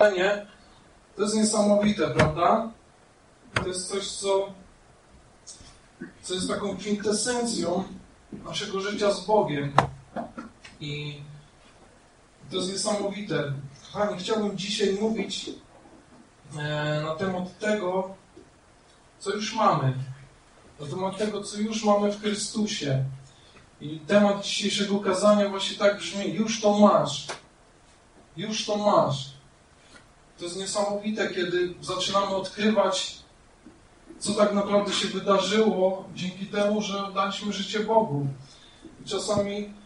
Nie? To jest niesamowite, prawda? To jest coś, co jest taką kwintesencją naszego życia z Bogiem. I to jest niesamowite. Kochani, chciałbym dzisiaj mówić na temat tego, co już mamy. Na temat tego, co już mamy w Chrystusie. I temat dzisiejszego kazania właśnie tak brzmi: już to masz. Już to masz. To jest niesamowite, kiedy zaczynamy odkrywać, co tak naprawdę się wydarzyło dzięki temu, że oddaliśmy życie Bogu. I czasami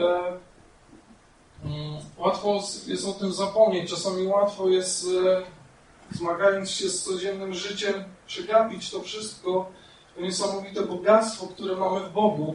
łatwo jest o tym zapomnieć, czasami łatwo jest, zmagając się z codziennym życiem, przegapić to wszystko, to niesamowite bogactwo, które mamy w Bogu,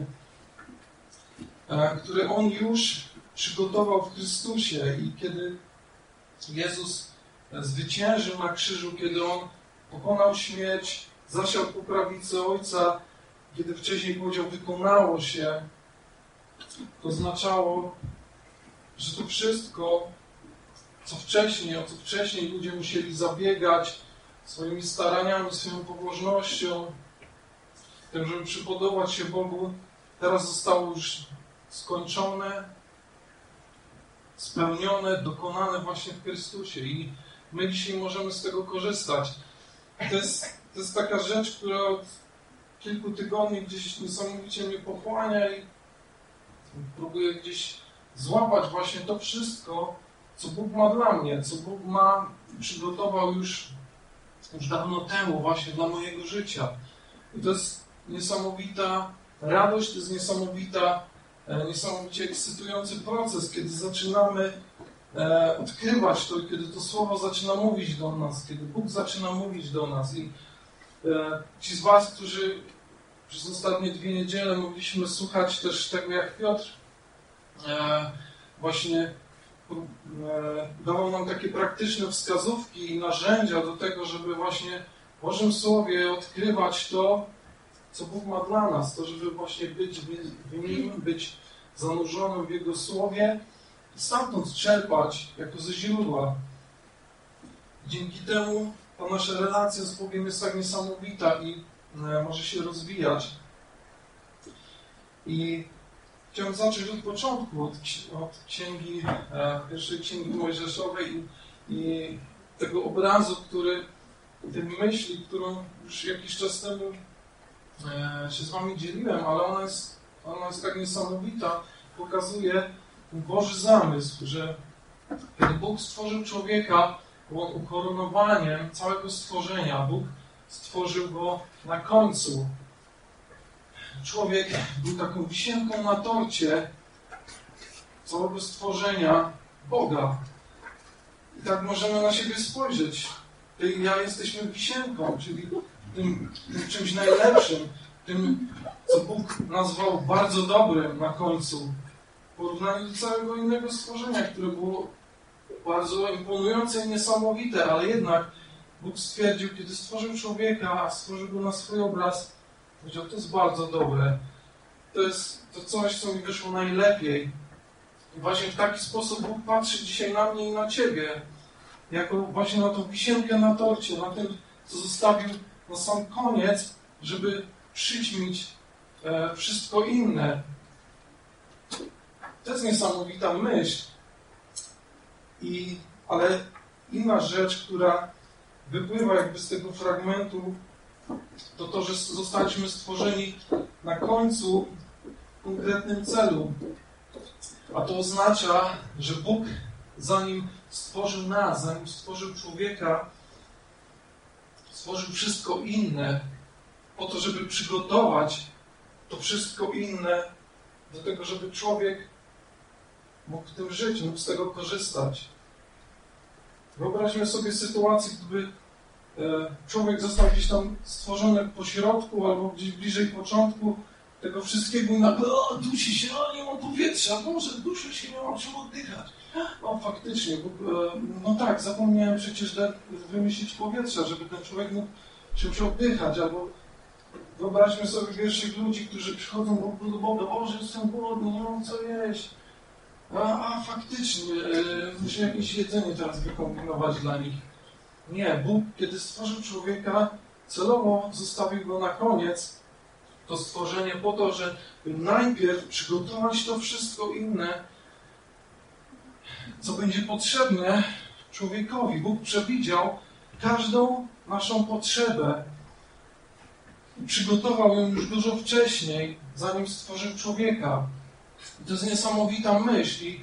które On już przygotował w Chrystusie. I kiedy Jezus zwyciężył na krzyżu, kiedy On pokonał śmierć, zasiadł po prawicy Ojca, kiedy wcześniej powiedział: wykonało się, to oznaczało, że to wszystko, o co wcześniej ludzie musieli zabiegać swoimi staraniami, swoją pobożnością, tym, żeby przypodobać się Bogu, teraz zostało już skończone, spełnione, dokonane właśnie w Chrystusie. I my dzisiaj możemy z tego korzystać. To jest taka rzecz, która od kilku tygodni gdzieś niesamowicie mnie pochłania i próbuję gdzieś złapać właśnie to wszystko, co Bóg ma dla mnie, co Bóg przygotował już dawno temu właśnie dla mojego życia. I to jest niesamowita radość, to jest niesamowicie ekscytujący proces, kiedy zaczynamy odkrywać to, kiedy to Słowo zaczyna mówić do nas, kiedy Bóg zaczyna mówić do nas. I ci z Was, którzy przez ostatnie 2 niedziele mogliśmy słuchać też tego, jak Piotr właśnie dawał nam takie praktyczne wskazówki i narzędzia do tego, żeby właśnie w Bożym Słowie odkrywać to, co Bóg ma dla nas, to, żeby właśnie być w Nim, być zanurzonym w Jego Słowie i stamtąd czerpać jako ze źródła. Dzięki temu ta nasza relacja z Bogiem jest tak niesamowita i może się rozwijać. I chciałem zacząć od początku, od pierwszej księgi Mojżeszowej i tego obrazu, tej myśli, którą już jakiś czas temu się z Wami dzieliłem, ale ona jest tak niesamowita, pokazuje ten Boży zamysł, że kiedy Bóg stworzył człowieka, był on ukoronowaniem całego stworzenia. Bóg stworzył go na końcu. Człowiek był taką wisienką na torcie całego stworzenia Boga. I tak możemy na siebie spojrzeć. Ty i ja jesteśmy wisienką, czyli tym czymś najlepszym, tym, co Bóg nazwał bardzo dobrym na końcu, w porównaniu do całego innego stworzenia, które było bardzo imponujące i niesamowite, ale jednak Bóg stwierdził, kiedy stworzył człowieka, a stworzył go na swój obraz, powiedział: to jest bardzo dobre, to jest to coś, co mi wyszło najlepiej. I właśnie w taki sposób Bóg patrzy dzisiaj na mnie i na Ciebie, jako właśnie na tą wisienkę na torcie, na tym, co zostawił na sam koniec, żeby przyćmić wszystko inne. To jest niesamowita myśl. Ale inna rzecz, która wypływa jakby z tego fragmentu, to, że zostaliśmy stworzeni na końcu w konkretnym celu. A to oznacza, że Bóg, zanim stworzył nas, zanim stworzył człowieka, stworzył wszystko inne po to, żeby przygotować to wszystko inne do tego, żeby człowiek mógł w tym żyć, mógł z tego korzystać. Wyobraźmy sobie sytuację, gdyby człowiek został gdzieś tam stworzony po środku albo gdzieś bliżej początku tego wszystkiego i nagle dusi się, nie mam powietrza, Boże, duszę się, nie mam czym oddychać. No faktycznie, no tak, zapomniałem przecież wymyślić powietrza, żeby ten człowiek mógł czymś oddychać, albo wyobraźmy sobie pierwszych ludzi, którzy przychodzą do Boga: Boże, jestem głodny, nie mam co jeść. Faktycznie, musimy jakieś jedzenie teraz wykombinować dla nich. Nie, Bóg, kiedy stworzył człowieka, celowo zostawił go na koniec, to stworzenie po to, żeby najpierw przygotować to wszystko inne, co będzie potrzebne człowiekowi. Bóg przewidział każdą naszą potrzebę i przygotował ją już dużo wcześniej, zanim stworzył człowieka. I to jest niesamowita myśl i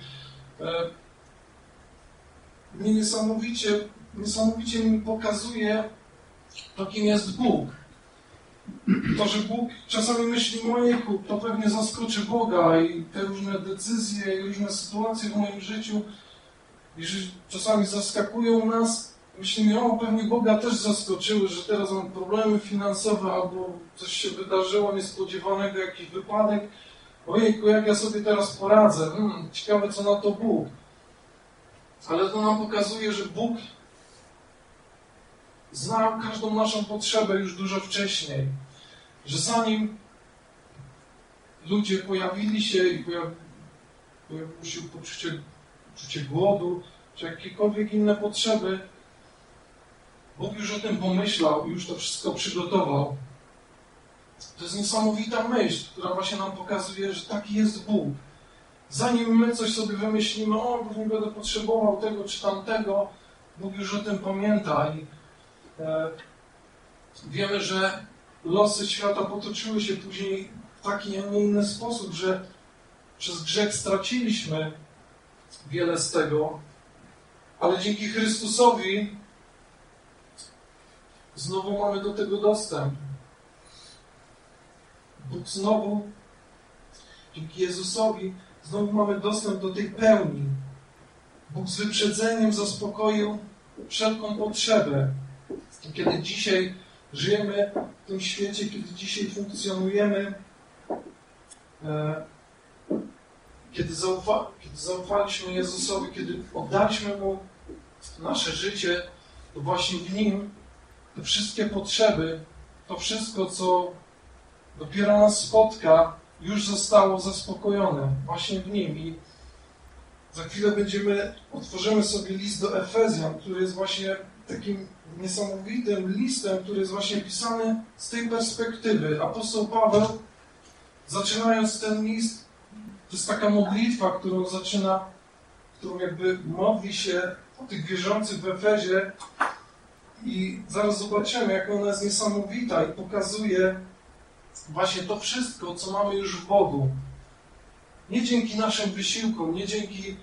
mnie niesamowicie mi pokazuje to, kim jest Bóg. To, że Bóg czasami myśli, ojejku, to pewnie zaskoczy Boga i te różne decyzje i różne sytuacje w moim życiu, jeżeli czasami zaskakują nas, myślimy, pewnie Boga też zaskoczyły, że teraz mam problemy finansowe albo coś się wydarzyło niespodziewanego, jakiś wypadek. Ojejku, jak ja sobie teraz poradzę? Ciekawe, co na to Bóg. Ale to nam pokazuje, że Bóg znał każdą naszą potrzebę już dużo wcześniej. Że zanim ludzie pojawili się i pojawiło się poczucie głodu, czy jakiekolwiek inne potrzeby, Bóg już o tym pomyślał i już to wszystko przygotował. To jest niesamowita myśl, która właśnie nam pokazuje, że taki jest Bóg. Zanim my coś sobie wymyślimy, pewnie będę potrzebował tego czy tamtego, Bóg już o tym pamięta i wiemy, że losy świata potoczyły się później w taki, a nie inny sposób, że przez grzech straciliśmy wiele z tego, ale dzięki Chrystusowi znowu mamy do tego dostęp. Bóg znowu, dzięki Jezusowi, znowu mamy dostęp do tej pełni. Bóg z wyprzedzeniem zaspokoił wszelką potrzebę. I kiedy dzisiaj żyjemy w tym świecie, kiedy dzisiaj funkcjonujemy, kiedy zaufaliśmy Jezusowi, kiedy oddaliśmy Mu nasze życie, to właśnie w Nim te wszystkie potrzeby, to wszystko, co dopiero nas spotka, już zostało zaspokojone właśnie w Nim. I za chwilę otworzymy sobie list do Efezjan, który jest właśnie takim niesamowitym listem, który jest właśnie pisany z tej perspektywy. Apostoł Paweł, zaczynając ten list, to jest taka modlitwa, którą jakby modli się o tych wierzących w Efezie i zaraz zobaczymy, jak ona jest niesamowita i pokazuje właśnie to wszystko, co mamy już w Bogu. Nie dzięki naszym wysiłkom, nie dzięki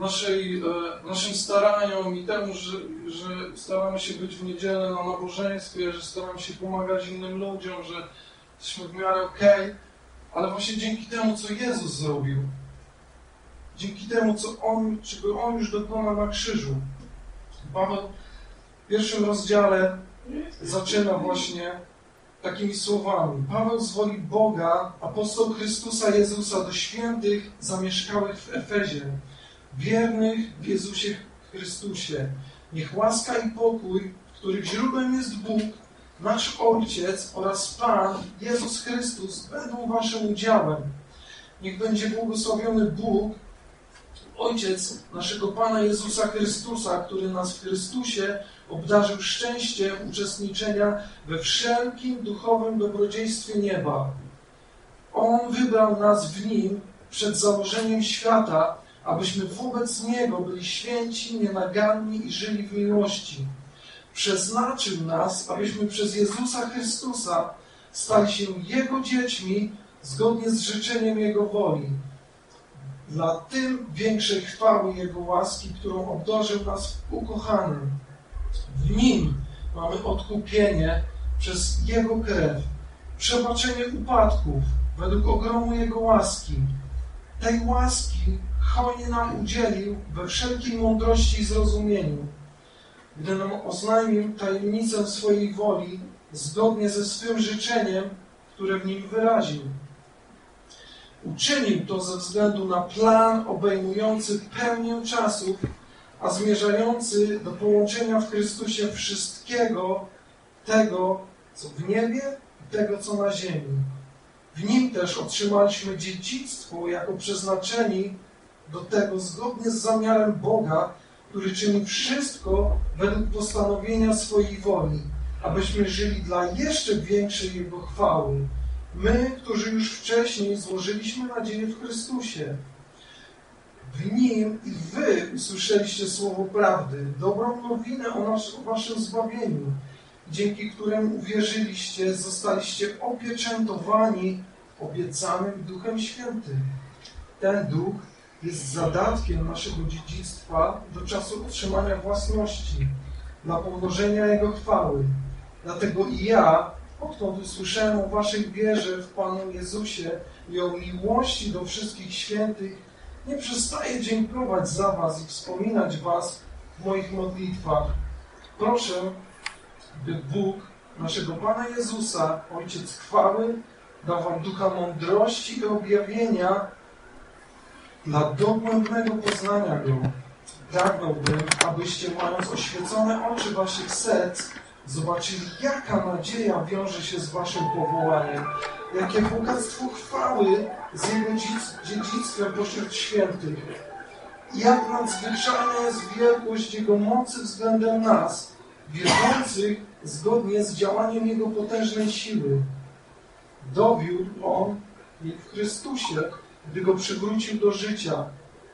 naszym staraniom i temu, że staramy się być w niedzielę na nabożeństwie, że staramy się pomagać innym ludziom, że jesteśmy w miarę okej, ale właśnie dzięki temu, co Jezus zrobił. Dzięki temu, czego On już dokonał na krzyżu. Paweł w pierwszym rozdziale zaczyna właśnie takimi słowami. Paweł z woli Boga, apostoł Chrystusa Jezusa do świętych zamieszkałych w Efezie, wiernych w Jezusie Chrystusie. Niech łaska i pokój, których źródłem jest Bóg, nasz Ojciec oraz Pan, Jezus Chrystus, będą waszym udziałem. Niech będzie błogosławiony Bóg, Ojciec naszego Pana Jezusa Chrystusa, który nas w Chrystusie obdarzył szczęściem uczestniczenia we wszelkim duchowym dobrodziejstwie nieba. On wybrał nas w Nim przed założeniem świata, abyśmy wobec Niego byli święci, nienaganni i żyli w miłości. Przeznaczył nas, abyśmy przez Jezusa Chrystusa stali się Jego dziećmi zgodnie z życzeniem Jego woli. Dla tym większej chwały Jego łaski, którą obdarzył nas w ukochanym. W Nim mamy odkupienie przez Jego krew, przebaczenie upadków według ogromu Jego łaski. Tej łaski hojnie nam udzielił we wszelkiej mądrości i zrozumieniu, gdy nam oznajmił tajemnicę swojej woli zgodnie ze swym życzeniem, które w Nim wyraził. Uczynił to ze względu na plan obejmujący pełnię czasów, a zmierzający do połączenia w Chrystusie wszystkiego tego, co w niebie i tego, co na ziemi. W Nim też otrzymaliśmy dziedzictwo jako przeznaczeni do tego zgodnie z zamiarem Boga, który czyni wszystko według postanowienia swojej woli, abyśmy żyli dla jeszcze większej Jego chwały. My, którzy już wcześniej złożyliśmy nadzieję w Chrystusie. W Nim i wy usłyszeliście słowo prawdy, dobrą nowinę o waszym zbawieniu, dzięki któremu uwierzyliście, zostaliście opieczętowani obiecanym Duchem Świętym. Ten Duch jest zadatkiem naszego dziedzictwa do czasu otrzymania własności, dla pomnożenia Jego chwały. Dlatego i ja, odkąd usłyszałem o waszej wierze w Panu Jezusie i o miłości do wszystkich świętych, nie przestaję dziękować za was i wspominać was w moich modlitwach. Proszę, by Bóg, naszego Pana Jezusa, Ojciec chwały, dał wam ducha mądrości i objawienia dla dogłębnego poznania Go. Pragnąłbym, abyście, mając oświecone oczy waszych serc, zobaczyli, jaka nadzieja wiąże się z waszym powołaniem, jakie bogactwo chwały z Jego dziedzictwem pośród świętych. Jak nadzwyczajna jest wielkość Jego mocy względem nas, wierzących zgodnie z działaniem Jego potężnej siły. Dowiódł On w Chrystusie, gdy Go przywrócił do życia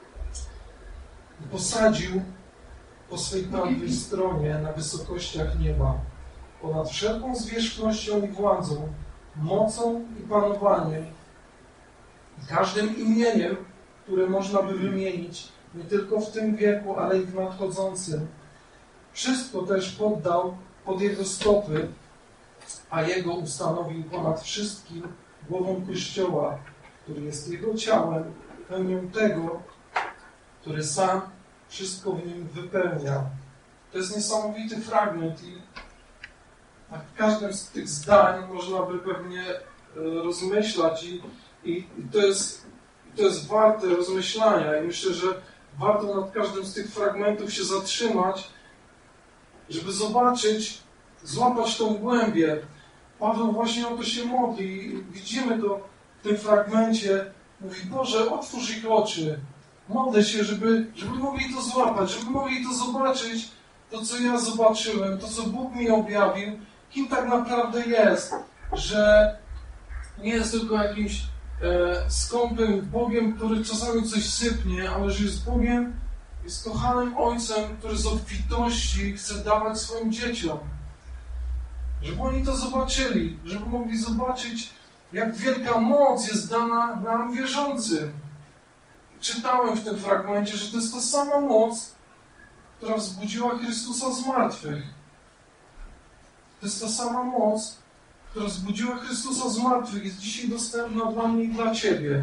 i posadził po swej prawej stronie na wysokościach nieba, ponad wszelką zwierzchnością i władzą, mocą i panowaniem i każdym imieniem, które można by wymienić, nie tylko w tym wieku, ale i w nadchodzącym. Wszystko też poddał pod Jego stopy, a Jego ustanowił ponad wszystkim głową Kościoła, który jest Jego ciałem, pełnią tego, który sam wszystko w nim wypełnia. To jest niesamowity fragment i nad każdym z tych zdań można by pewnie rozmyślać i to jest warte rozmyślania i myślę, że warto nad każdym z tych fragmentów się zatrzymać, żeby zobaczyć, złapać tą głębię. Paweł właśnie o to się modli. Widzimy to w tym fragmencie. Mówi, Boże, otwórz ich oczy. Modlę się, żeby mogli to złapać, żeby mogli to zobaczyć, to co ja zobaczyłem, to co Bóg mi objawił, kim tak naprawdę jest, że nie jest tylko jakimś skąpym Bogiem, który czasami coś sypnie, ale że jest Bogiem, jest kochanym Ojcem, który z obfitości chce dawać swoim dzieciom. Żeby oni to zobaczyli, żeby mogli zobaczyć, jak wielka moc jest dana nam wierzącym. Czytałem w tym fragmencie, że to jest ta sama moc, która wzbudziła Chrystusa z martwych. To jest ta sama moc, która wzbudziła Chrystusa z martwych, jest dzisiaj dostępna dla mnie i dla Ciebie.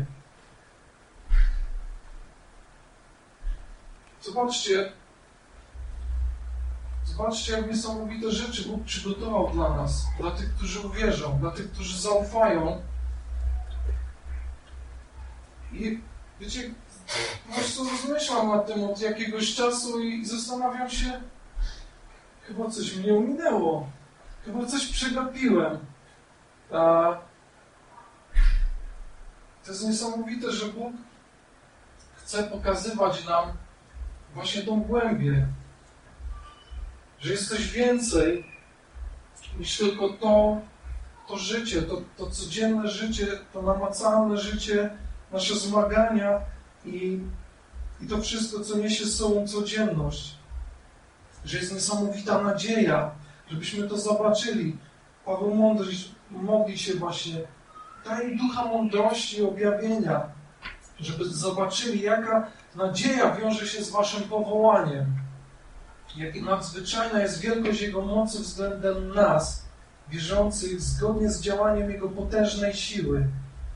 Zobaczcie, jak niesamowite rzeczy Bóg przygotował dla nas, dla tych, którzy uwierzą, dla tych, którzy zaufają. I wiecie, właśnie rozmyślam nad tym od jakiegoś czasu i zastanawiam się, chyba coś mnie ominęło, chyba coś przegapiłem. To jest niesamowite, że Bóg chce pokazywać nam właśnie tą głębię, że jest coś więcej niż tylko to życie, to codzienne życie, to namacalne życie, nasze zmagania i to wszystko, co niesie z sobą codzienność. Że jest niesamowita nadzieja, żebyśmy to zobaczyli. Paweł modli się właśnie, daj ducha mądrości i objawienia, żeby zobaczyli, jaka nadzieja wiąże się z waszym powołaniem. Jak nadzwyczajna jest wielkość Jego mocy względem nas, wierzących, zgodnie z działaniem Jego potężnej siły.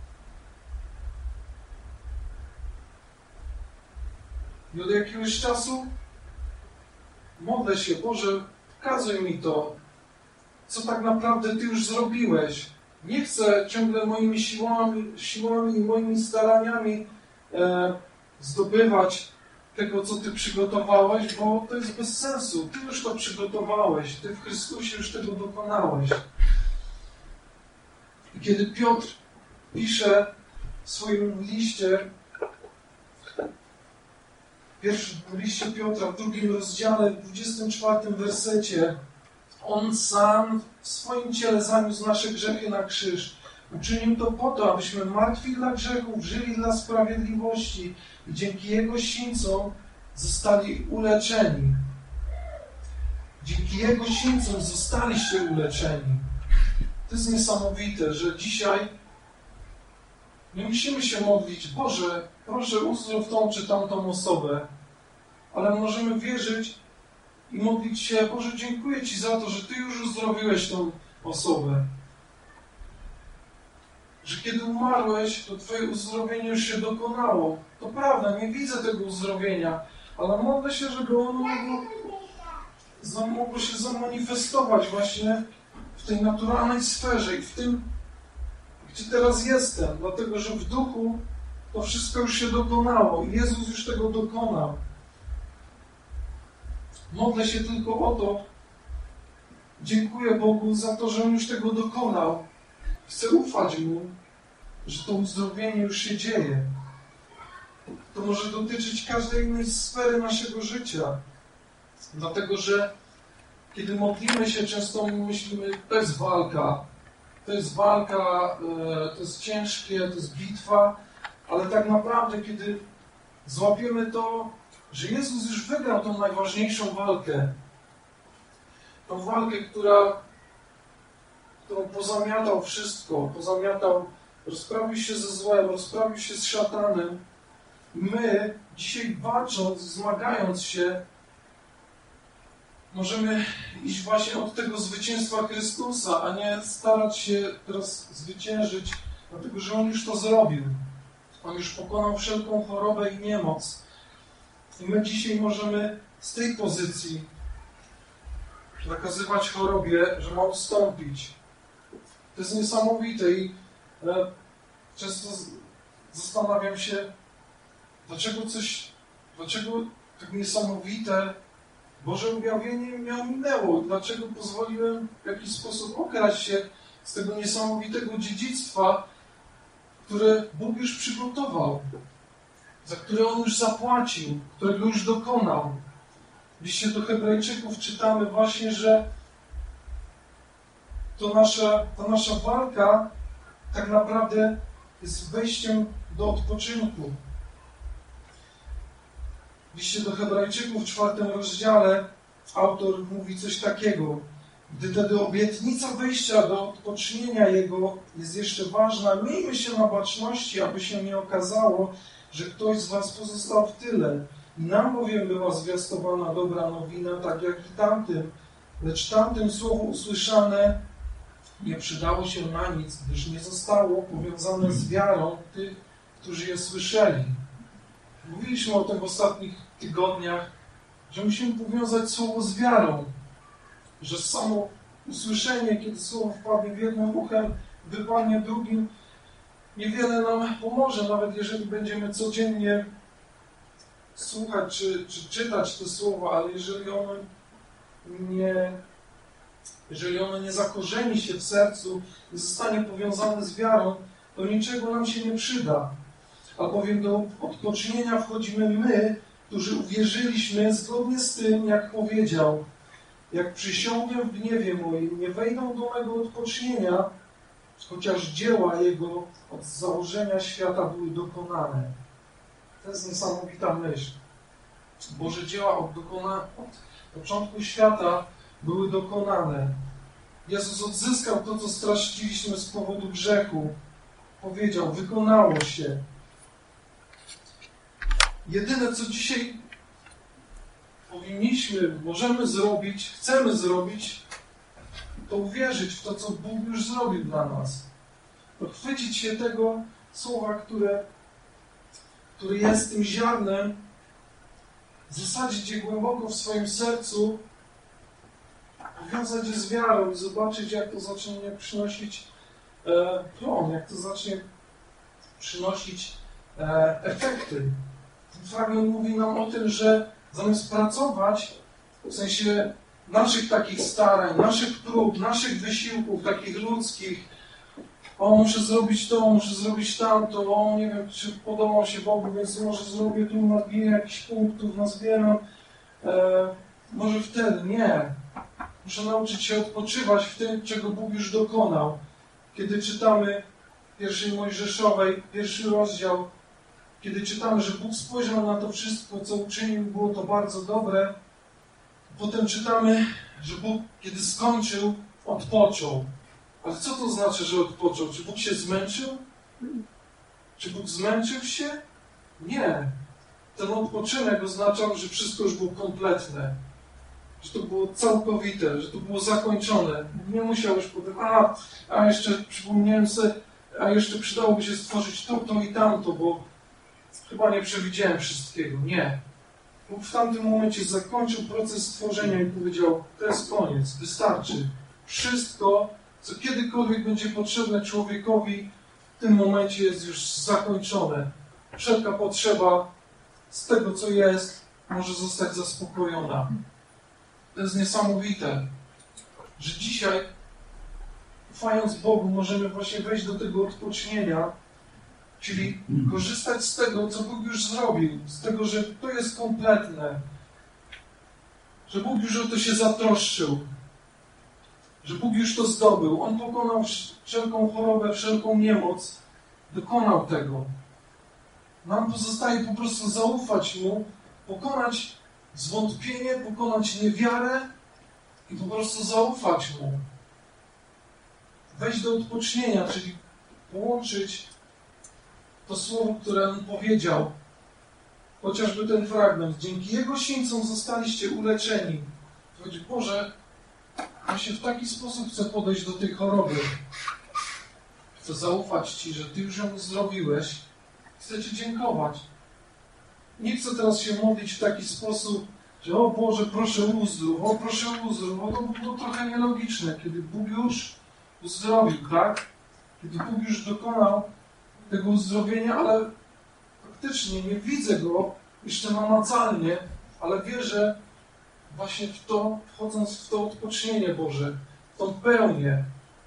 I od jakiegoś czasu modlę się, Boże, pokazuj mi to, co tak naprawdę Ty już zrobiłeś. Nie chcę ciągle moimi siłami i moimi staraniami zdobywać tego, co Ty przygotowałeś, bo to jest bez sensu. Ty już to przygotowałeś. Ty w Chrystusie już tego dokonałeś. I kiedy Piotr pisze w swoim liście w pierwszym liście Piotra, w 2 rozdziale, w 24 wersecie. On sam w swoim ciele zaniósł nasze grzechy na krzyż. Uczynił to po to, abyśmy martwi dla grzechów, żyli dla sprawiedliwości i dzięki Jego sińcom zostali uleczeni. Dzięki Jego sińcom zostaliście uleczeni. To jest niesamowite, że dzisiaj nie musimy się modlić, Boże, proszę uzdrów tą czy tamtą osobę, ale możemy wierzyć i modlić się, Boże, dziękuję Ci za to, że Ty już uzdrowiłeś tą osobę. Że kiedy umarłeś, to Twoje uzdrowienie już się dokonało. To prawda, nie widzę tego uzdrowienia, ale modlę się, żeby ono mogło się zamanifestować właśnie w tej naturalnej sferze i w tym, gdzie teraz jestem, dlatego że w duchu to wszystko już się dokonało i Jezus już tego dokonał. Modlę się tylko o to, dziękuję Bogu za to, że On już tego dokonał. Chcę ufać Mu, że to uzdrowienie już się dzieje. To może dotyczyć każdej innej sfery naszego życia. Dlatego, że kiedy modlimy się, często myślimy, to jest walka, to jest ciężkie, to jest bitwa, ale tak naprawdę, kiedy złapiemy to, że Jezus już wygrał tą najważniejszą walkę, tą walkę, którą pozamiatał wszystko, rozprawił się ze złem, rozprawił się z szatanem. My, dzisiaj walcząc, zmagając się, możemy iść właśnie od tego zwycięstwa Chrystusa, a nie starać się teraz zwyciężyć, dlatego że On już to zrobił. On już pokonał wszelką chorobę i niemoc. I my dzisiaj możemy z tej pozycji nakazywać chorobie, że ma ustąpić. To jest niesamowite i często zastanawiam się, dlaczego tak niesamowite Boże objawienie mnie ominęło. Dlaczego pozwoliłem w jakiś sposób okraść się z tego niesamowitego dziedzictwa, które Bóg już przygotował, za które On już zapłacił, którego już dokonał. W liście do Hebrajczyków czytamy właśnie, że ta nasza walka tak naprawdę jest wejściem do odpoczynku. W liście do Hebrajczyków w 4 rozdziale autor mówi coś takiego. Gdy tedy obietnica wejścia do odpocznienia Jego jest jeszcze ważna, miejmy się na baczności, aby się nie okazało, że ktoś z was pozostał w tyle. I nam bowiem była zwiastowana dobra nowina, tak jak i tamtym. Lecz tamtym słowo usłyszane nie przydało się na nic, gdyż nie zostało powiązane z wiarą tych, którzy je słyszeli. Mówiliśmy o tym w ostatnich tygodniach, że musimy powiązać słowo z wiarą, że samo usłyszenie, kiedy słowo wpadnie w jednym uchem, wypadnie drugim, niewiele nam pomoże, nawet jeżeli będziemy codziennie słuchać czy czytać te słowa, ale jeżeli ono nie zakorzeni się w sercu i zostanie powiązane z wiarą, to niczego nam się nie przyda. Albowiem do odpocznienia wchodzimy my, którzy uwierzyliśmy zgodnie z tym, jak powiedział. Jak przysiągłem w gniewie moim, nie wejdą do mego odpocznienia, chociaż dzieła Jego od założenia świata były dokonane. To jest niesamowita myśl. Boże dzieła od początku świata były dokonane. Jezus odzyskał to, co straciliśmy z powodu grzechu. Powiedział, wykonało się. Jedyne, co dzisiaj możemy zrobić, chcemy zrobić, to uwierzyć w to, co Bóg już zrobił dla nas. To chwycić się tego słowa, które jest tym ziarnem, zasadzić je głęboko w swoim sercu, powiązać je z wiarą i zobaczyć, jak to zacznie przynosić plon, jak to zacznie przynosić efekty. Ten fragment mówi nam o tym, że zamiast pracować, w sensie naszych takich starań, naszych prób, naszych wysiłków, takich ludzkich, o, muszę zrobić to, muszę zrobić tamto, o, nie wiem, czy podobał się Bogu, więc może zrobię tu, nabiję jakichś punktów, nazbieram. Może wtedy, nie. Muszę nauczyć się odpoczywać w tym, czego Bóg już dokonał. Kiedy czytamy pierwszej Mojżeszowej, 1 rozdział, kiedy czytamy, że Bóg spojrzał na to wszystko, co uczynił, było to bardzo dobre. Potem czytamy, że Bóg, kiedy skończył, odpoczął. Ale co to znaczy, że odpoczął? Czy Bóg się zmęczył? Czy Bóg zmęczył się? Nie. Ten odpoczynek oznaczał, że wszystko już było kompletne. Że to było całkowite, że to było zakończone. Nie musiał już potem, a jeszcze przypomniałem sobie, a jeszcze przydałoby się stworzyć to i tamto, bo chyba nie przewidziałem wszystkiego. Nie. Bóg w tamtym momencie zakończył proces stworzenia i powiedział, to jest koniec, wystarczy. Wszystko, co kiedykolwiek będzie potrzebne człowiekowi, w tym momencie jest już zakończone. Wszelka potrzeba z tego, co jest, może zostać zaspokojona. To jest niesamowite, że dzisiaj, ufając Bogu, możemy właśnie wejść do tego odpocznienia, czyli korzystać z tego, co Bóg już zrobił, z tego, że to jest kompletne, że Bóg już o to się zatroszczył, że Bóg już to zdobył. On pokonał wszelką chorobę, wszelką niemoc, dokonał tego. Nam pozostaje po prostu zaufać Mu, pokonać zwątpienie, pokonać niewiarę i po prostu zaufać Mu. Wejść do odpocznienia, czyli połączyć to słowo, które On powiedział, chociażby ten fragment. Dzięki Jego sińcom zostaliście uleczeni. Chodzi, Boże, właśnie w taki sposób chcę podejść do tej choroby. Chcę zaufać Ci, że Ty już ją uzdrowiłeś. Chcę Ci dziękować. Nie chcę teraz się modlić w taki sposób, że o Boże, proszę uzdrów, o proszę uzdrów, bo to było trochę nielogiczne, kiedy Bóg już uzdrowił, tak? Kiedy Bóg już dokonał tego uzdrowienia, ale faktycznie nie widzę Go jeszcze namacalnie, ale wierzę właśnie w to, wchodząc w to odpocznienie Boże, w tą pełnię,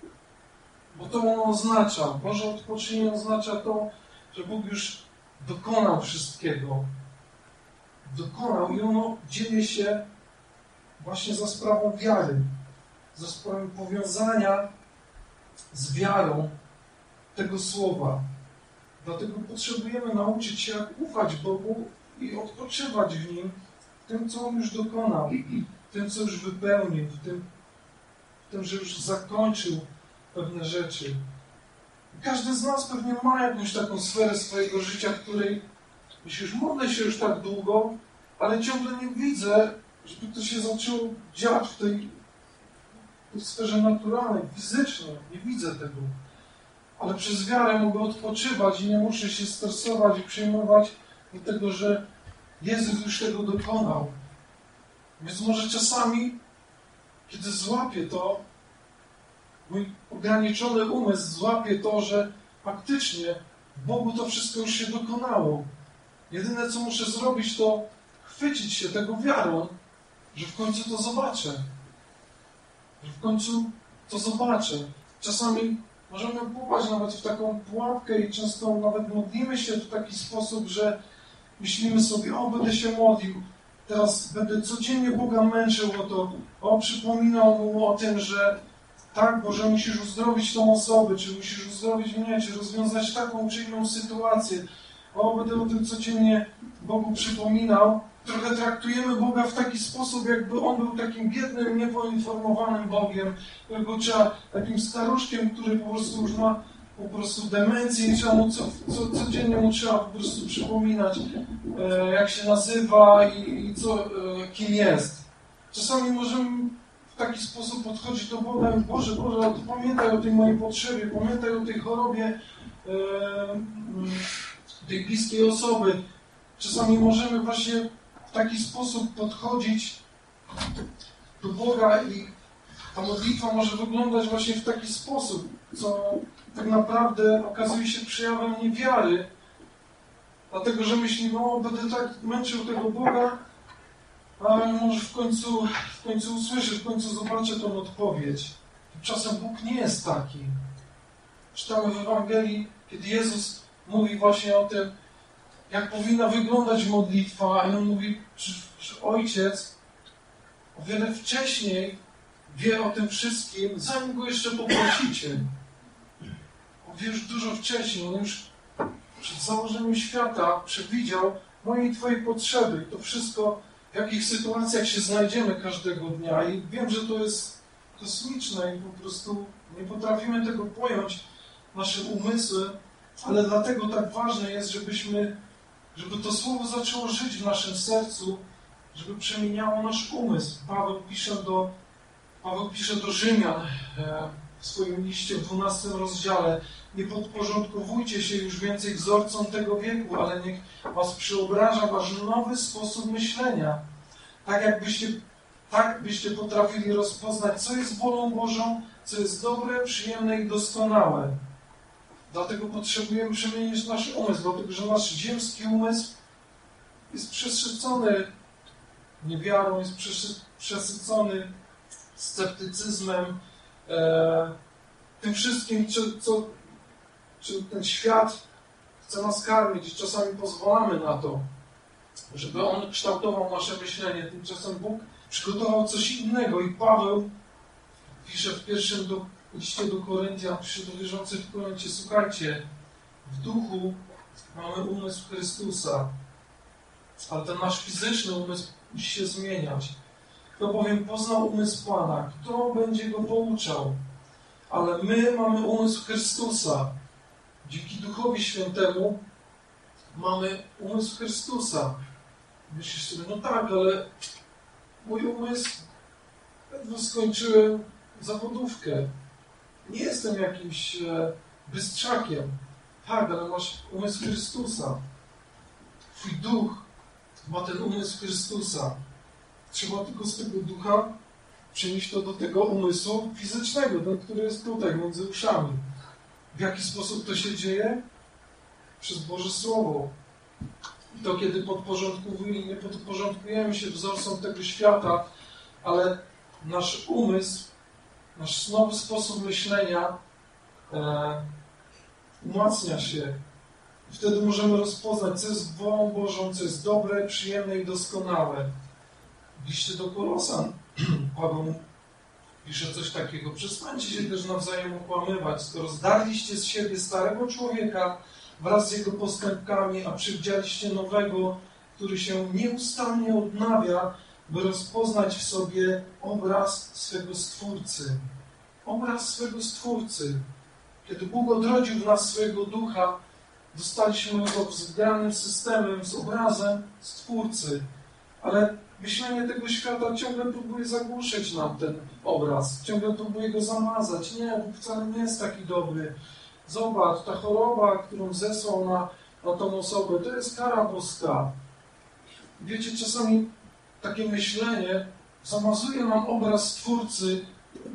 bo to ono oznacza, Boże odpocznienie oznacza to, że Bóg już dokonał wszystkiego. Dokonał i ono dzieje się właśnie za sprawą wiary, za sprawą powiązania z wiarą tego słowa. Dlatego potrzebujemy nauczyć się, jak ufać Bogu i odpoczywać w Nim, w tym, co On już dokonał, w tym, co już wypełnił, w tym, że już zakończył pewne rzeczy. Każdy z nas pewnie ma jakąś taką sferę swojego życia, w której myślisz, modlę się już tak długo, ale ciągle nie widzę, żeby to się zaczęło dziać w tej sferze naturalnej, fizycznie. Nie widzę tego. Ale przez wiarę mogę odpoczywać i nie muszę się stresować i przejmować do tego, że Jezus już tego dokonał. Więc może czasami, kiedy złapię to, mój ograniczony umysł złapie to, że faktycznie w Bogu to wszystko już się dokonało. Jedyne, co muszę zrobić, to chwycić się tego wiarą, że w końcu to zobaczę. Że w końcu to zobaczę. Czasami możemy popaść nawet w taką pułapkę i często nawet modlimy się w taki sposób, że myślimy sobie, o, będę się modlił, teraz będę codziennie Boga męczył o to, o, przypominał Mu o tym, że tak, Boże, musisz uzdrowić tą osobę, czy musisz uzdrowić mnie, czy rozwiązać taką czy inną sytuację. O, będę o tym codziennie Bogu przypominał. Trochę traktujemy Boga w taki sposób, jakby On był takim biednym, niepoinformowanym Bogiem, którego trzeba, takim staruszkiem, który po prostu już ma po prostu demencję i trzeba mu codziennie mu trzeba po prostu przypominać, jak się nazywa i kim jest. Czasami możemy w taki sposób podchodzić do Boga i Boże, pamiętaj o tej mojej potrzebie, pamiętaj o tej chorobie tej bliskiej osoby. Czasami możemy właśnie w taki sposób podchodzić do Boga i ta modlitwa może wyglądać właśnie w taki sposób, co tak naprawdę okazuje się przejawem niewiary, dlatego że myślimy, o, będę tak męczył tego Boga, a może w końcu usłyszę, w końcu zobaczę tą odpowiedź. Czasem Bóg nie jest taki. Czytamy w Ewangelii, kiedy Jezus mówi właśnie o tym, jak powinna wyglądać modlitwa, i On mówi, że Ojciec o wiele wcześniej wie o tym wszystkim, zanim Go jeszcze poprosicie. On wie już dużo wcześniej, On już przed założeniem świata przewidział moje i Twoje potrzeby i to wszystko, w jakich sytuacjach się znajdziemy każdego dnia. I wiem, że to jest kosmiczne i po prostu nie potrafimy tego pojąć naszym umysłem, ale dlatego tak ważne jest, żeby to Słowo zaczęło żyć w naszym sercu, żeby przemieniało nasz umysł. Paweł pisze do Rzymian w swoim liście w 12 rozdziale: nie podporządkowujcie się już więcej wzorcom tego wieku, ale niech was przeobraża wasz nowy sposób myślenia. Tak byście potrafili rozpoznać, co jest wolą Bożą, co jest dobre, przyjemne i doskonałe. Dlatego potrzebujemy przemienić nasz umysł, dlatego że nasz ziemski umysł jest przesycony niewiarą, jest przesycony sceptycyzmem, tym wszystkim, co ten świat chce nas karmić i czasami pozwalamy na to, żeby on kształtował nasze myślenie. Tymczasem Bóg przygotował coś innego i Paweł pisze w pierwszym liście do Koryntian, pisze do wierzących w Koryncie: słuchajcie, w duchu mamy umysł Chrystusa, ale ten nasz fizyczny umysł musi się zmieniać. Kto bowiem poznał umysł Pana, kto będzie go pouczał? Ale my mamy umysł Chrystusa. Dzięki Duchowi Świętemu mamy umysł Chrystusa. Myślisz sobie, no tak, ale mój umysł, ledwo skończyłem zawodówkę. Nie jestem jakimś bystrzakiem. Tak, ale masz umysł Chrystusa. Twój duch ma ten umysł Chrystusa. Trzeba tylko z tego ducha przenieść to do tego umysłu fizycznego, ten, który jest tutaj, między uszami. W jaki sposób to się dzieje? Przez Boże Słowo. I to, kiedy nie podporządkujemy się wzorcom tego świata, ale nasz umysł, nasz nowy sposób myślenia umacnia się. I wtedy możemy rozpoznać, co jest wolą Bożą, co jest dobre, przyjemne i doskonałe. W liście do Kolosan Paweł pisze coś takiego: przestańcie się też nawzajem okłamywać, skoro zdarliście z siebie starego człowieka wraz z jego postępkami, a przywdzialiście nowego, który się nieustannie odnawia, by rozpoznać w sobie obraz swego Stwórcy. Obraz swego Stwórcy. Kiedy Bóg odrodził w nas swojego ducha, dostaliśmy go wzgranym systemem, z obrazem Stwórcy. Ale myślenie tego świata ciągle próbuje zagłuszyć nam ten obraz. Ciągle próbuje go zamazać. Nie, Bóg wcale nie jest taki dobry. Zobacz, ta choroba, którą zesłał na tą osobę, to jest kara boska. Wiecie, czasami takie myślenie zamazuje nam obraz Stwórcy.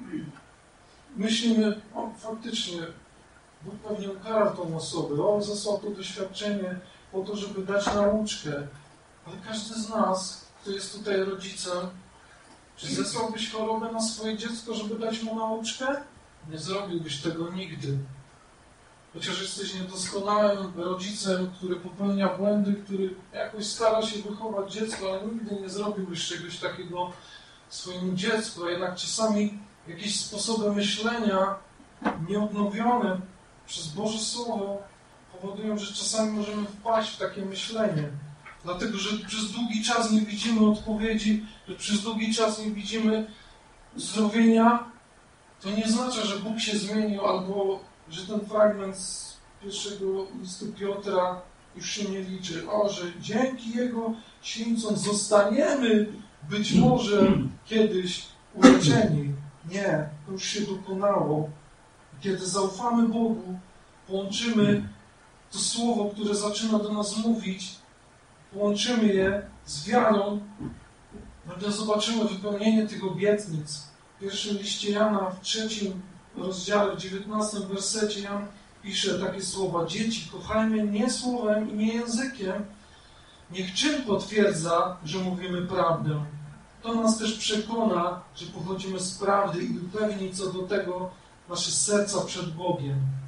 Myślimy, o, faktycznie, Bóg pewnie ukarał tą osobę. On zesłał to doświadczenie po to, żeby dać nauczkę. Ale każdy z nas, kto jest tutaj rodzicem, czy zesłałbyś chorobę na swoje dziecko, żeby dać mu nauczkę? Nie zrobiłbyś tego nigdy. Chociaż jesteś niedoskonałym rodzicem, który popełnia błędy, który jakoś stara się wychować dziecko, ale nigdy nie zrobiłbyś czegoś takiego swojemu dziecku. A jednak czasami jakieś sposoby myślenia nieodnowione przez Boże Słowo powodują, że czasami możemy wpaść w takie myślenie. Dlatego, że przez długi czas nie widzimy odpowiedzi, że przez długi czas nie widzimy uzdrowienia, to nie znaczy, że Bóg się zmienił, albo że ten fragment z pierwszego listu Piotra już się nie liczy. O, że dzięki Jego święcom zostaniemy być może kiedyś uleczeni. Nie, to już się dokonało. Kiedy zaufamy Bogu, połączymy to Słowo, które zaczyna do nas mówić, połączymy je z wiarą, nagle zobaczymy wypełnienie tych obietnic. W pierwszym liście Jana, w 3 rozdziale, w 19 wersecie Jan pisze takie słowa: dzieci, kochajmy nie słowem i nie językiem. Niech czyn potwierdza, że mówimy prawdę. To nas też przekona, że pochodzimy z prawdy i upewni co do tego nasze serca przed Bogiem.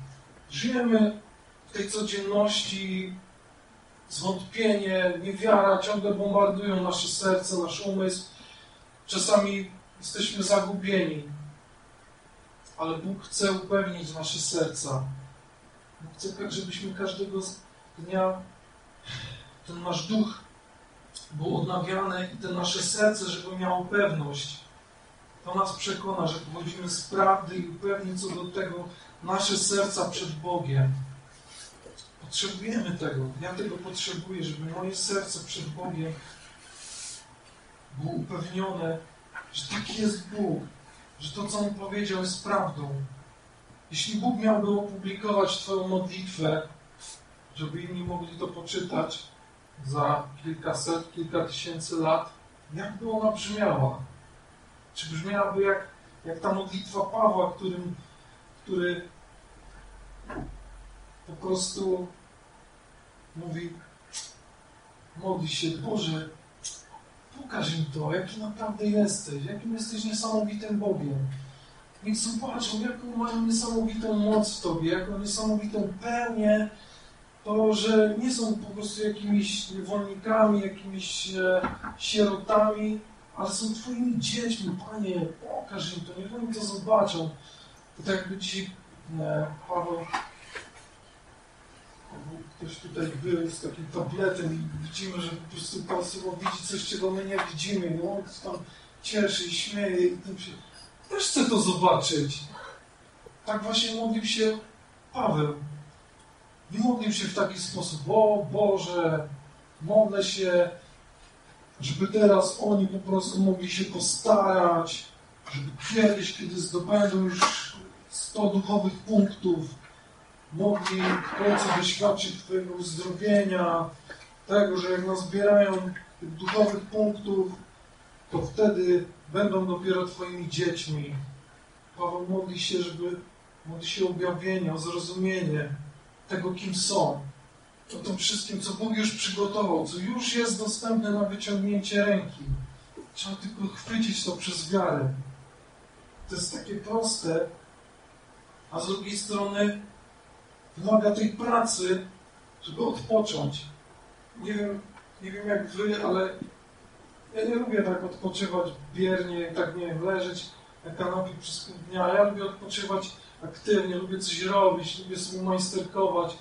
Żyjemy w tej codzienności, zwątpienie, niewiara ciągle bombardują nasze serce, nasz umysł. Czasami jesteśmy zagubieni, ale Bóg chce upewnić nasze serca. Bóg chce, żebyśmy każdego dnia ten nasz duch był odnawiany i te nasze serce, żeby miało pewność. To nas przekona, że pochodzimy z prawdy i upewni co do tego nasze serca przed Bogiem. Potrzebujemy tego. Ja tego potrzebuję, żeby moje serce przed Bogiem było upewnione, że taki jest Bóg, że to, co On powiedział, jest prawdą. Jeśli Bóg miałby opublikować Twoją modlitwę, żeby inni mogli to poczytać za kilkaset, kilka tysięcy lat, jak by ona brzmiała? Czy brzmiałaby jak ta modlitwa Pawła, który po prostu mówi, modli się, Boże, pokaż im to, jaki naprawdę jesteś, jakim jesteś niesamowitym Bogiem. Niech zobaczą, jaką mają niesamowitą moc w Tobie, jaką niesamowitą pełnię, to, że nie są po prostu jakimiś niewolnikami, jakimiś sierotami, ale są Twoimi dziećmi. Panie, pokaż im to, niech oni to zobaczą. To tak jakby Ci Paweł, ktoś tutaj był z takim tabletem i widzimy, że po prostu Pan Słowo widzi coś, czego my nie widzimy. No, on tam cieszy i śmieje i tym się... Też chcę to zobaczyć. Tak właśnie modlił się Paweł. Nie modlił się w taki sposób, o Boże, modlę się, żeby teraz oni po prostu mogli się postarać, żeby kiedyś, kiedy zdobędą już 100 duchowych punktów, mogli w końcu doświadczyć Twojego uzdrowienia, tego, że jak nazbierają tych duchowych punktów, to wtedy będą dopiero Twoimi dziećmi. Paweł modli się, modli się o objawienie, o zrozumienie tego, kim są. O tym wszystkim, co Bóg już przygotował, co już jest dostępne na wyciągnięcie ręki. Trzeba tylko chwycić to przez wiarę. To jest takie proste, a z drugiej strony wymaga tej pracy, żeby odpocząć. Nie wiem jak Wy, ale ja nie lubię tak odpoczywać biernie, tak nie wiem, leżeć na kanapie przez pół dnia. Ja lubię odpoczywać aktywnie, lubię coś robić, lubię sobie majsterkować.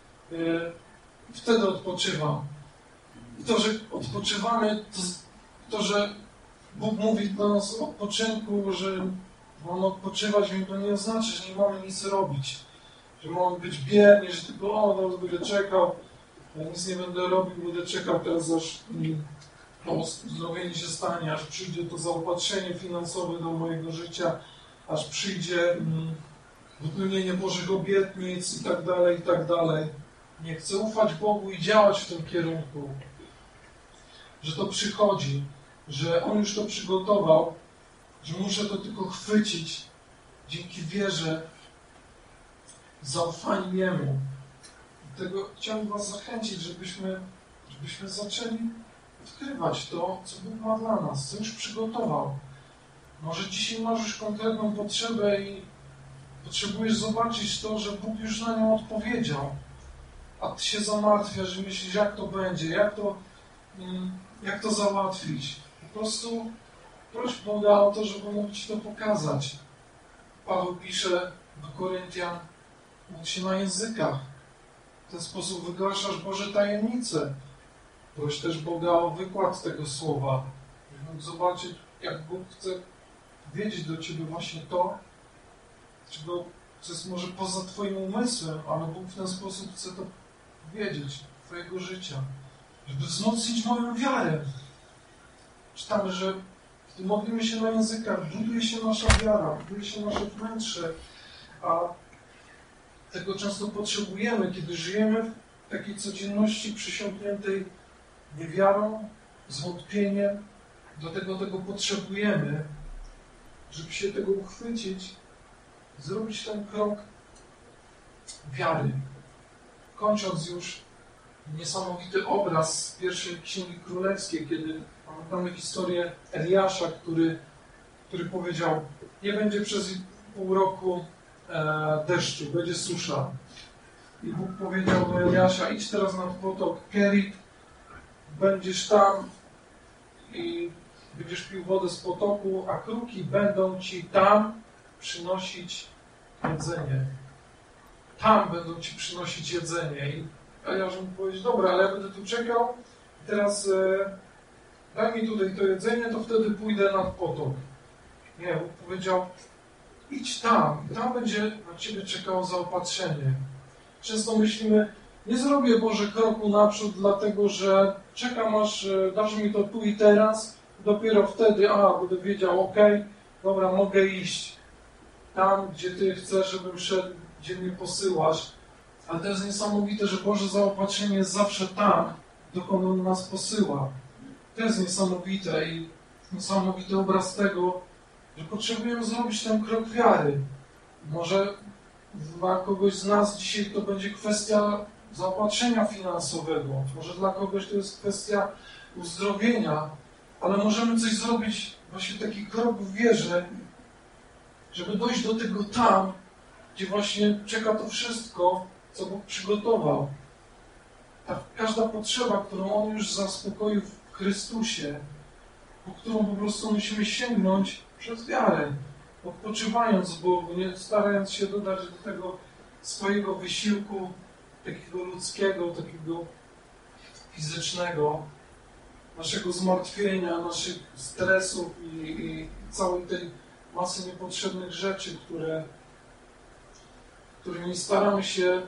Wtedy odpoczywam. I to, że odpoczywamy, to, że Bóg mówi do nas o odpoczynku, że mamy odpoczywać, to nie oznacza, że nie mamy nic robić. Że mamy być bierni, że tylko teraz będę czekał, ja nic nie będę robił, będę czekał teraz, aż uzdrowienie się stanie, aż przyjdzie to zaopatrzenie finansowe do mojego życia, aż przyjdzie wypełnienie Bożych obietnic i tak dalej, i tak dalej. Nie chcę ufać Bogu i działać w tym kierunku, że to przychodzi, że On już to przygotował, że muszę to tylko chwycić dzięki wierze, zaufaniu Jemu. Dlatego chciałbym Was zachęcić, żebyśmy zaczęli odkrywać to, co Bóg ma dla nas, co już przygotował. Może dzisiaj masz już konkretną potrzebę i potrzebujesz zobaczyć to, że Bóg już na nią odpowiedział. A Ty się zamartwiasz i myślisz, jak to będzie, jak to załatwić. Po prostu proś Boga o to, żeby mógł Ci to pokazać. Paweł pisze do Koryntian, módl się na językach. W ten sposób wygłaszasz Boże tajemnice. Proś też Boga o wykład tego słowa, żeby mógł zobaczyć, jak Bóg chce wiedzieć do Ciebie właśnie to, co jest może poza Twoim umysłem, ale Bóg w ten sposób chce to wiedzieć, Twojego życia, żeby wzmocnić moją wiarę. Czytamy, że gdy modlimy się na językach, buduje się nasza wiara, buduje się nasze wnętrze, a tego często potrzebujemy, kiedy żyjemy w takiej codzienności przysiągniętej niewiarą, zwątpieniem. Do tego potrzebujemy, żeby się tego uchwycić, zrobić ten krok wiary. Kończąc już niesamowity obraz z pierwszej Księgi Królewskiej, kiedy pamiętamy historię Eliasza, który powiedział, nie będzie przez pół roku deszczu, będzie susza. I Bóg powiedział do Eliasza: idź teraz nad potok Kerit, będziesz tam i będziesz pił wodę z potoku, a kruki będą ci tam przynosić jedzenie. Tam będą ci przynosić jedzenie. I Eliasz mu powiedział: dobra, ale ja będę tu czekał, teraz daj mi tutaj to jedzenie, to wtedy pójdę nad potok. Nie, Bóg powiedział: idź tam, tam będzie na ciebie czekało zaopatrzenie. Często myślimy: nie zrobię, Boże, kroku naprzód, dlatego że czekam, aż dasz mi to tu i teraz. Dopiero wtedy, będę wiedział: okej, dobra, mogę iść tam, gdzie Ty chcesz, żebym szedł, gdzie mnie posyłasz. Ale to jest niesamowite, że Boże zaopatrzenie jest zawsze tam, dokąd On nas posyła. To jest niesamowite i niesamowity obraz tego, że potrzebujemy zrobić ten krok wiary. Może dla kogoś z nas dzisiaj to będzie kwestia zaopatrzenia finansowego. Może dla kogoś to jest kwestia uzdrowienia. Ale możemy coś zrobić, właśnie taki krok w wierze, żeby dojść do tego tam, gdzie właśnie czeka to wszystko, co Bóg przygotował. Każda potrzeba, którą On już zaspokoił w Chrystusie, po którą po prostu musimy sięgnąć przez wiarę, odpoczywając w Bogu, nie starając się dodać do tego swojego wysiłku, takiego ludzkiego, takiego fizycznego, naszego zmartwienia, naszych stresów i całej tej masy niepotrzebnych rzeczy, którymi staramy się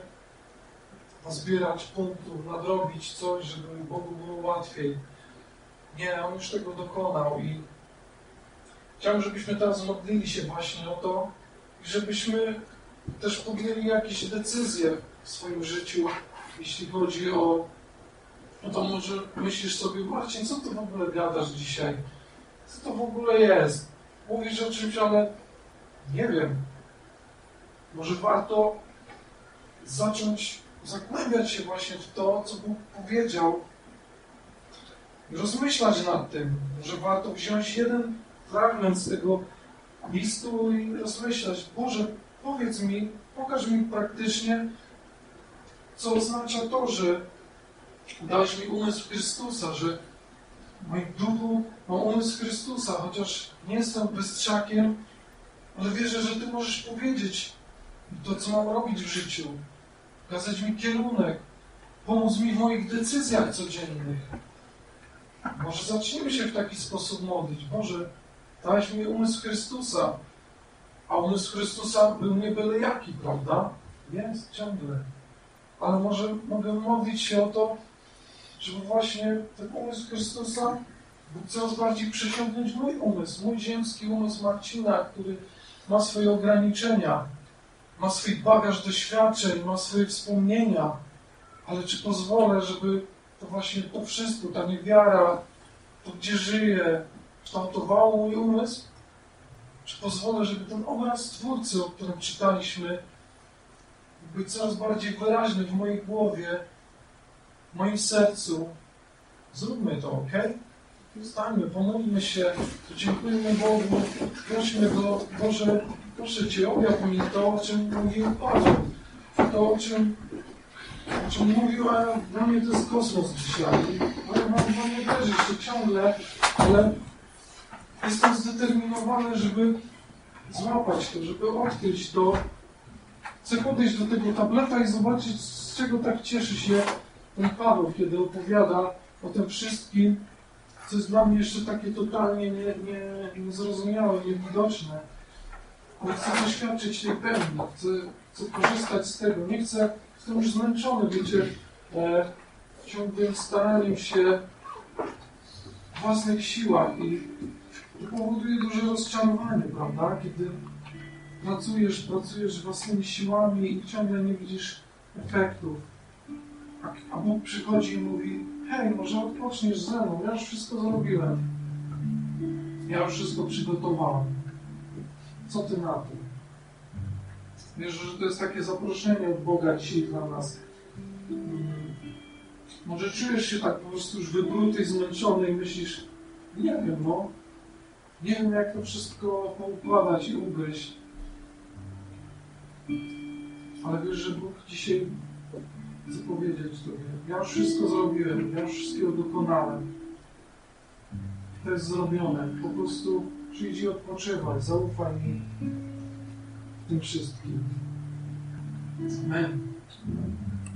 zbierać punktów, nadrobić coś, żeby Bogu było łatwiej. Nie, On już tego dokonał i chciałbym, żebyśmy teraz modlili się właśnie o to i żebyśmy też podjęli jakieś decyzje w swoim życiu, jeśli chodzi o... No to może myślisz sobie: Marcin, co ty w ogóle gadasz dzisiaj? Co to w ogóle jest? Mówisz o czymś, ale nie wiem. Może warto zacząć zagłębiać się właśnie w to, co Bóg powiedział i rozmyślać nad tym. Może warto wziąć jeden fragment z tego listu i rozmyślać: Boże, powiedz mi, pokaż mi praktycznie, co oznacza to, że dałeś mi umysł Chrystusa, że w moim duchu mam umysł Chrystusa, chociaż nie jestem bystrzakiem, ale wierzę, że Ty możesz powiedzieć to, co mam robić w życiu, pokazać mi kierunek, pomóc mi w moich decyzjach codziennych. Może zacznijmy się w taki sposób modlić: Boże, dałeś mi umysł Chrystusa, a umysł Chrystusa był nie byle jaki, prawda? Jest ciągle. Ale może mogę modlić się o to, żeby właśnie ten umysł Chrystusa Bóg coraz bardziej przesiąknąć mój umysł, mój ziemski umysł Marcina, który ma swoje ograniczenia, ma swój bagaż doświadczeń, ma swoje wspomnienia, ale czy pozwolę, żeby to właśnie to wszystko, ta niewiara, to gdzie żyję, kształtowało mój umysł? Czy pozwolę, żeby ten obraz Stwórcy, o którym czytaliśmy, był coraz bardziej wyraźny w mojej głowie, w moim sercu? Zróbmy to, ok? Stańmy, pomódlmy się, dziękujmy Bogu, prośmy Go: Boże, proszę Cię, objaw mi to, o czym mówił Paweł, to, o czym mówił, a dla mnie to jest kosmos dzisiaj. Ale mam nie wierzyć, że ciągle, ale jestem zdeterminowany, żeby złapać to, żeby odkryć to. Chcę podejść do tego tableta i zobaczyć, z czego tak cieszy się ten Paweł, kiedy opowiada o tym wszystkim, co jest dla mnie jeszcze takie totalnie niezrozumiałe, niewidoczne. Ale chcę doświadczyć tej pełni, chcę korzystać z tego. Nie chcę, jestem już zmęczony, wiecie, ciągłym staraniem się w własnych siłach i to powoduje duże rozczarowanie, prawda? Kiedy pracujesz własnymi siłami i ciągle nie widzisz efektów. A Bóg przychodzi i mówi: hej, może odpoczniesz ze mną, ja już wszystko zrobiłem. Ja już wszystko przygotowałem. Co ty na to? Wierzę, że to jest takie zaproszenie od Boga dzisiaj dla nas. Może czujesz się tak po prostu już wypruty i zmęczony i myślisz: nie wiem, nie wiem, jak to wszystko poukładać i ugryźć. Ale wiesz, że Bóg dzisiaj chcę powiedzieć Tobie, ja już wszystko zrobiłem, ja już wszystkiego dokonałem. To jest zrobione. Po prostu przyjdź i odpoczywaj, zaufaj mi w tym wszystkim. Amen.